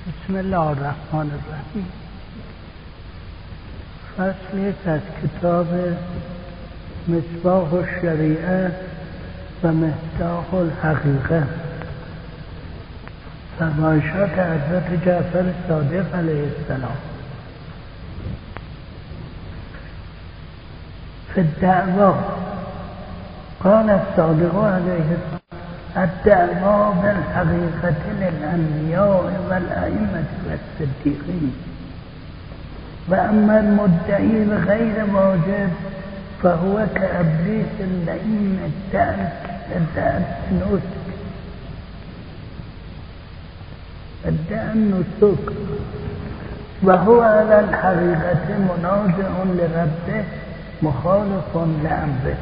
بسم الله الرحمن الرحیم. فصلی از کتاب مصباح الشریعه و مفتاح الحقیقه، فرمایشات حضرت جعفر صادق علیه السلام. فی الدعوا قال الصادق علیه السلام: الدعوا بالحقیقة للانبیاء والائمة والصدیقین، و اما المدعی بغیر واجب فهو كابلیس اللئیم ادعى النسك وهو على الحقيقة منازع لربه مخالف لأمره.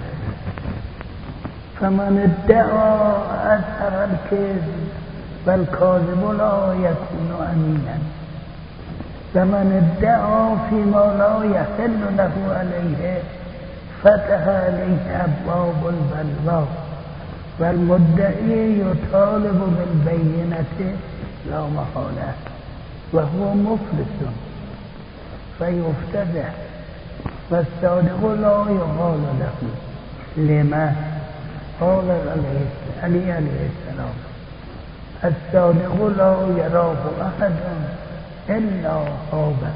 فمن ادعى أظهر الكذب والكاذب لا يكون أمينا، ومن ادعى فيما لا يحل له عليه فتح عليه أبواب البلوى، والمدعي يطالب بالبينة لا محالة وهو مفلس فيفتضح، والصادق لا يقال له لما قال علي عليه السلام: الصادق لا يراه أحد إلا هابه.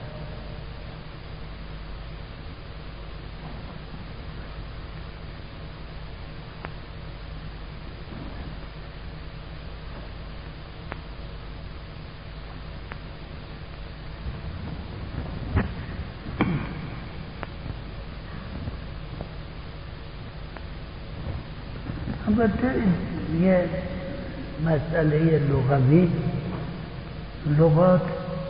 البته یه مسئله لغوی، لغات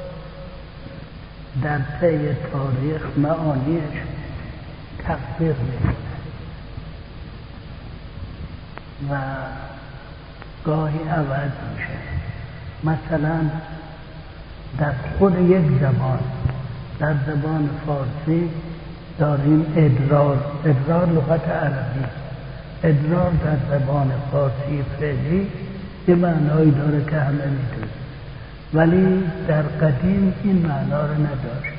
در طی تاریخ معانیش تغییر میکنه و گاهی عوض میشه. مثلا در خود یک زبان، در زبان فارسی داریم ادرار لغت عربی. ادرار در زبان فارسی فعلی یه معنایی داره که همه میدونیم، ولی در قدیم این معنا رو نداشت.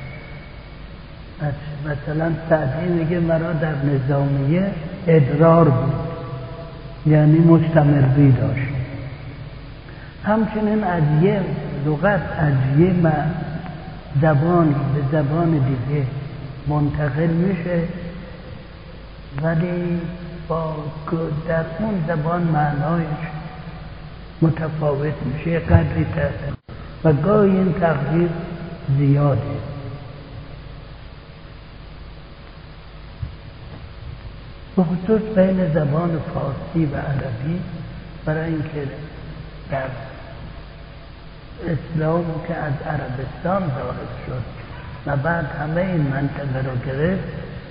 مثلا سعدی میگه مرا در نظامیه ادرار بود، یعنی مستمری داشت. همچنین از یه لغت، از یه زبانی به زبان دیگه منتقل میشه، ولی با در اون زبان معنایش متفاوت میشه، قدری تغییر و گاهی این تغییر زیاده. به خصوص بین زبان فارسی و عربی، برای اینکه در اسلام که از عربستان ظاهر شد و بعد همه این منطقه رو گرفت،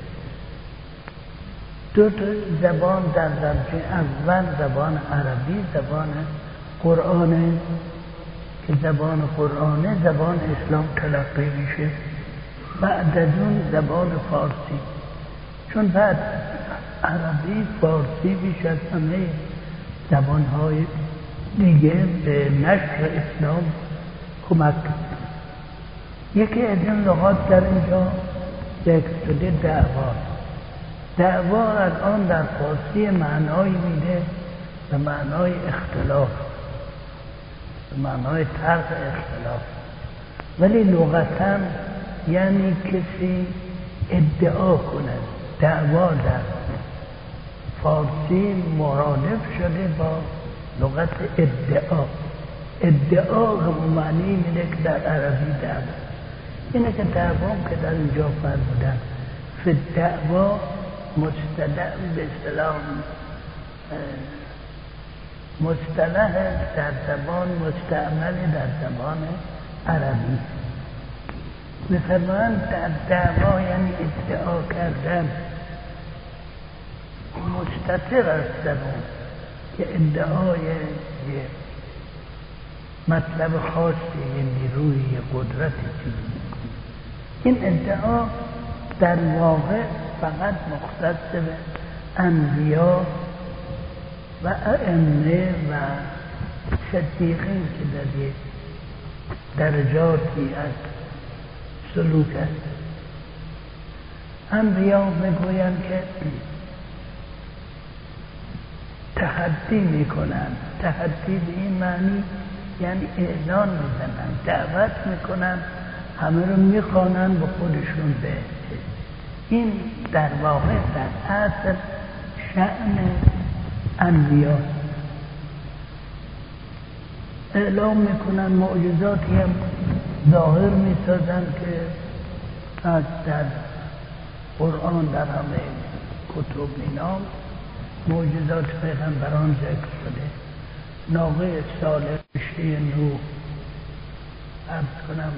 دو تا زبان در درجه اول زبان عربی، زبان قرآنه که زبان قرآنه زبان اسلام تلقی میشه، بعد از اون زبان فارسی، چون بعد عربی فارسی بیش از همه زبانهای دیگه به نشر اسلام کمک کرد. یکی از این لغات در اینجا ذکر شده دعوا. دعوا الان در فارسی معنایی میده به معنای اختلاف، به معنای طرح اختلاف، ولی لغتا یعنی کسی ادعا کنه. دعوا در فارسی مرادف شده با لغت ادعا. ادعا همون معنی میده که در عربی دعوا. اینه که دعوا که در اینجا فرمودن فی دعوا مصطلح به اصطلاح مصطلح در زبان مستعمل در زبان عربی. می‌فرمایند در دعوا یعنی ادعا کردن، مستتر است در اون که ادعای یه مطلب خاصی، یه نیروی، یه قدرتی چیزی. این ادعا در واقع فقط مختص به انبیا و ائمه و صدیقین که در یک درجاتی از سلوک است. انبیا میگویند که تحدی میکنن. تحدی به این معنی یعنی اعلان میزنن، دعوت میکنن، همه رو میخوانن به خودشون به. این در واقع در اصل شأن انبیا. اعلام میکنن، معجزاتی هم ظاهر میسازن که از در قرآن در همه کتب اینا معجزات پیغمبران ذکر شده. ناقه صالح، رشته نوح، عرض کنم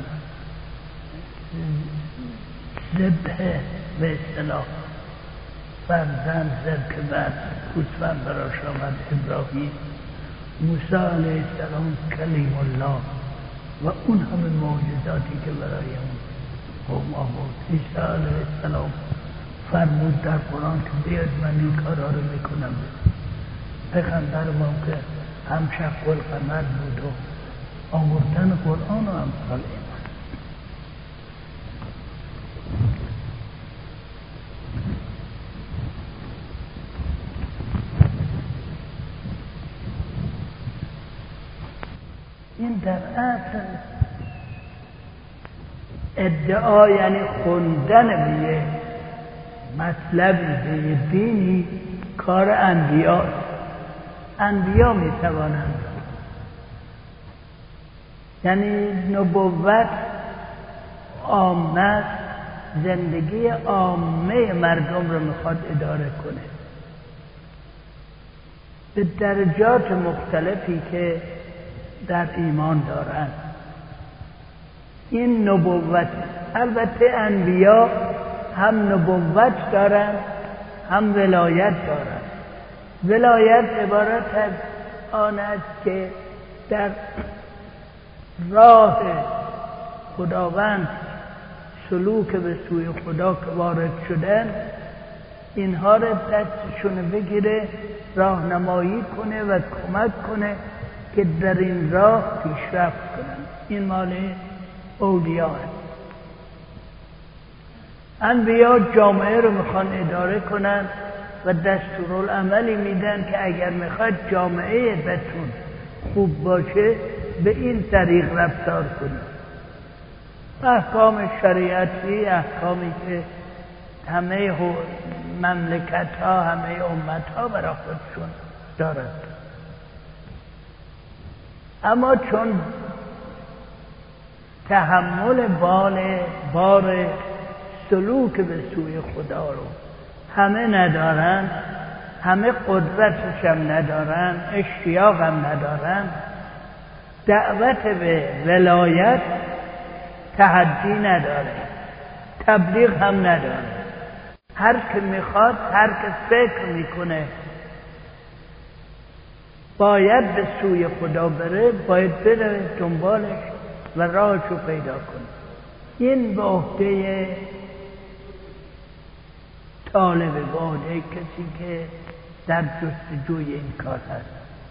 ذبح به اصطلاح فرزند زد که بعد گوسفند براش آمد ابراهیم، موسی علیه السلام کلیم الله و اون همه معجزاتی که برای اون قوم آورد. عیسی علیه السلام فرمود در قرآن که بیاد من این کارها رو میکنم. پیغمبر ما که هم شق القمر بود و آوردن قرآن و امثال این. این در اصل ادعا یعنی خوندن به یه مطلبی به یه دینی کار انبیاست. انبیا میتوانند، یعنی نبوت عامه، زندگی عامه مردم رو میخواد اداره کنه به درجات مختلفی که در ایمان دارند. این نبوت. البته انبیا هم نبوت دارند هم ولایت دارند. ولایت عبارت از آن است که در راه خداوند سلوک به سوی خدا که وارد شدن، اینها را دستشون بگیره، راهنمایی کنه و کمک کنه که در این راه پیشرفت کنن. این مال اولیاء هست. انبیا جامعه رو میخوان اداره کنن و دستورالعملی میدن که اگر میخواد جامعه بهتون خوب باشه به این طریق رفتار کنید. احکام شریعتی، احکامی که همه مملکت ها، همه امت ها برای خودشون دارند. اما چون تحمل بار سلوک به سوی خدا رو همه ندارن، همه قدرتش هم ندارن، اشتیاق هم ندارن، دعوت به ولایت تحدی نداره، تبلیغ هم نداره. هر که میخواد، هر که فکر میکنه باید به سوی خدا بره، باید بره دنبالش و راهشو پیدا کنه. این به عهده طالب، به عهده کسی که در جستجوی این کار هست.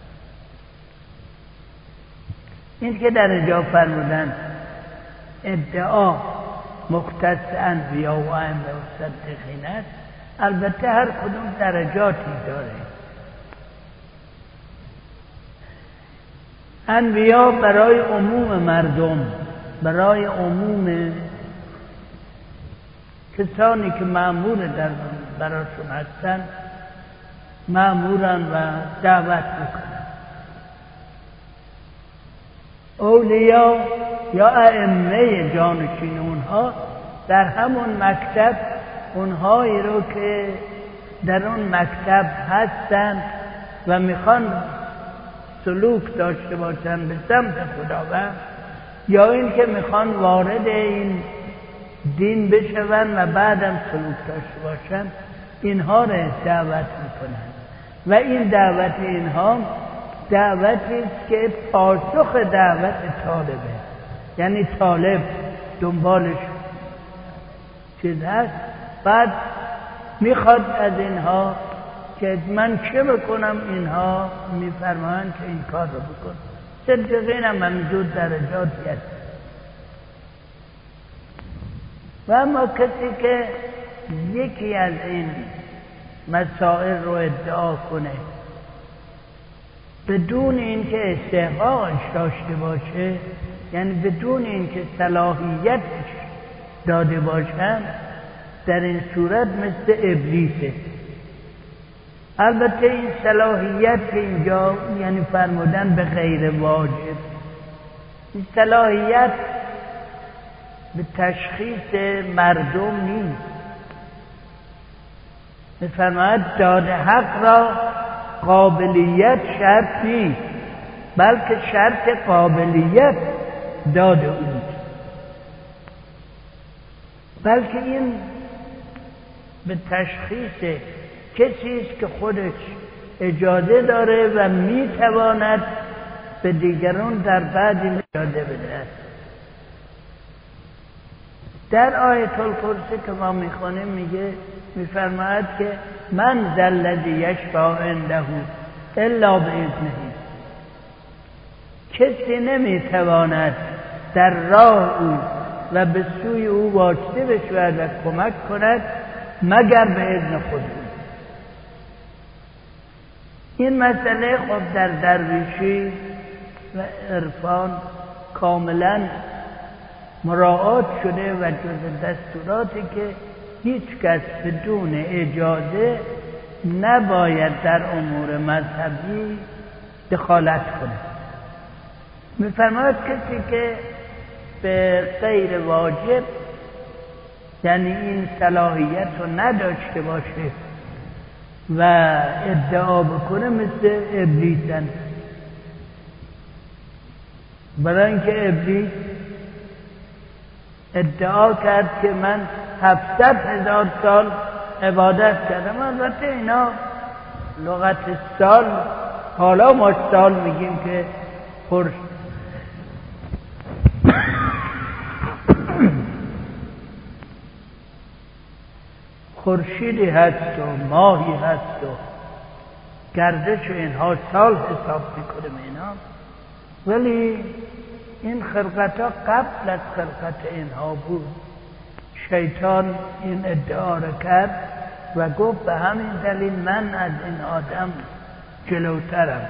این که در اینجا فرمودن ادعا مختص انبیا و ائمه و صدیقین است، البته هر کدوم درجاتی داره. انبیا برای عموم مردم، برای عموم کسانی که مأمور براشون هستن، مأمورن و دعوت میکنن. اولیا یا ائمه جانشین اونها در همون مکتب، اونهایی رو که در اون مکتب هستن و میخوان سلوک داشته باشن به سمت خداوند، یا این که میخوان وارد این دین بشون و بعدم سلوک داشته باشن، اینها رو دعوت میکنن. و این دعوت اینها دعوتی است که پاسخ دعوت طالبه، یعنی طالب دنبالش چیز هست، بعد میخواد از اینها که من چه بکنم، اینها میفرمایند که این کار رو بکن. صدقین هم همینجور درجاتی هست. و اما کسی که یکی از این مسائل رو ادعا کنه بدون اینکه استحقاقش داشته باشه، یعنی بدون اینکه صلاحیتش داده باشن، در این صورت مثل ابلیسه. البته این صلاحیت که اینجا یعنی فرمودن به غیر واجب، این صلاحیت به تشخیص مردم نیست. می‌فرماید داد حق را قابلیت شرط نیست، بلکه شرط قابلیت داد اوست. بلکه این به تشخیص کسی است که خودش اجازه داره و میتواند به دیگران در بعد اجازه بدهد. در آیت الکرسی که ما میخونیم میفرماید که من ذا الذی یشفع عنده الا باذنه، کسی نمیتواند در راه او و به سوی او واسطه بشود و کمک کند مگر به اذن خود او. این مسئله خب در درویشی و عرفان کاملا مراعات شده و جز دستوراتی که هیچ کس بدون اجازه نباید در امور مذهبی دخالت کنه. می‌فرماید کسی که به غیر واجب، یعنی این صلاحیت رو نداشته باشه و ادعا بکنه، مثل ابلیسن. برای اینکه ابلیس ادعا کرد که من 700,000 سال عبادت کردم. البته اینا لغت سال، حالا ما سال میگیم که خورشیدی هست و ماهی هست و گردش اینها سال حساب میکنیم اینا، ولی این خلقت ها قبل از خلقت اینها بود. شیطان این ادعا را کرد و گفت به همین دلیل من از این آدم جلوترم.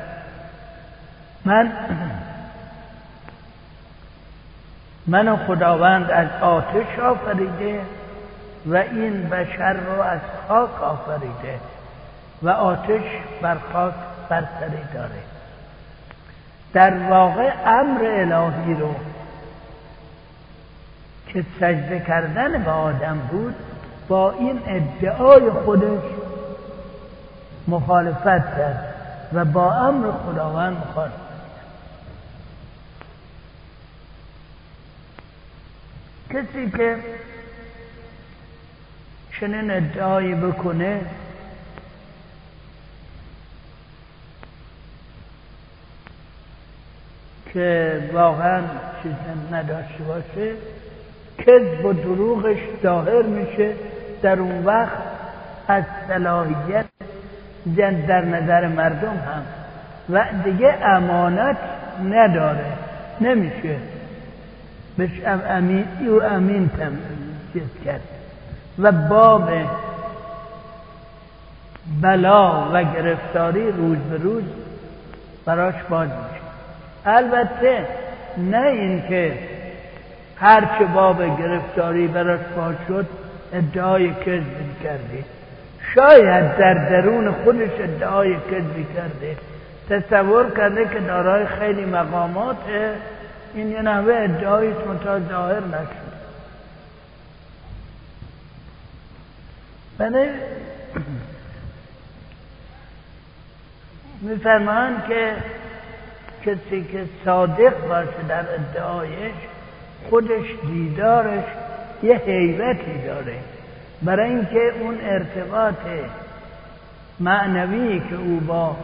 من خداوند از آتش آفریده و این بشر رو از خاک آفریده و آتش بر خاک برتری داره. در واقع امر الهی رو که سجده کردن به آدم بود با این ادعای خودش مخالفت کرد و با امر خداوند مخالفت کرد. کسی که چنین ادعایی بکنه که واقعا چیزی نداشته باشه، کذب و دروغش ظاهر میشه. در اون وقت از صلاحیت در نظر مردم هم و دیگه امانت نداره، نمیشه بهش امین چیز کرد و باب بلا و گرفتاری روز به روز براش باز میشه. البته نه اینکه هرچه باب گرفتاری براش باز شد ادعای کذب کرده، شاید در درون خودش ادعای کذب کرده، تصور کرده که دارای خیلی مقاماته، این یه نحوه ادعایش منتها ظاهر نشد. بله میفرمایند که کسی که صادق باشه در ادعایش، خودش دیدارش یه هیبتی داره، برای اینکه اون ارتباط معنوی که او با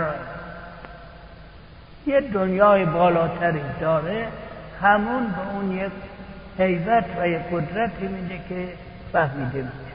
یه دنیای بالاتری داره، همون به اون یک هیبت و یک قدرتی میده که فهمیده میشه.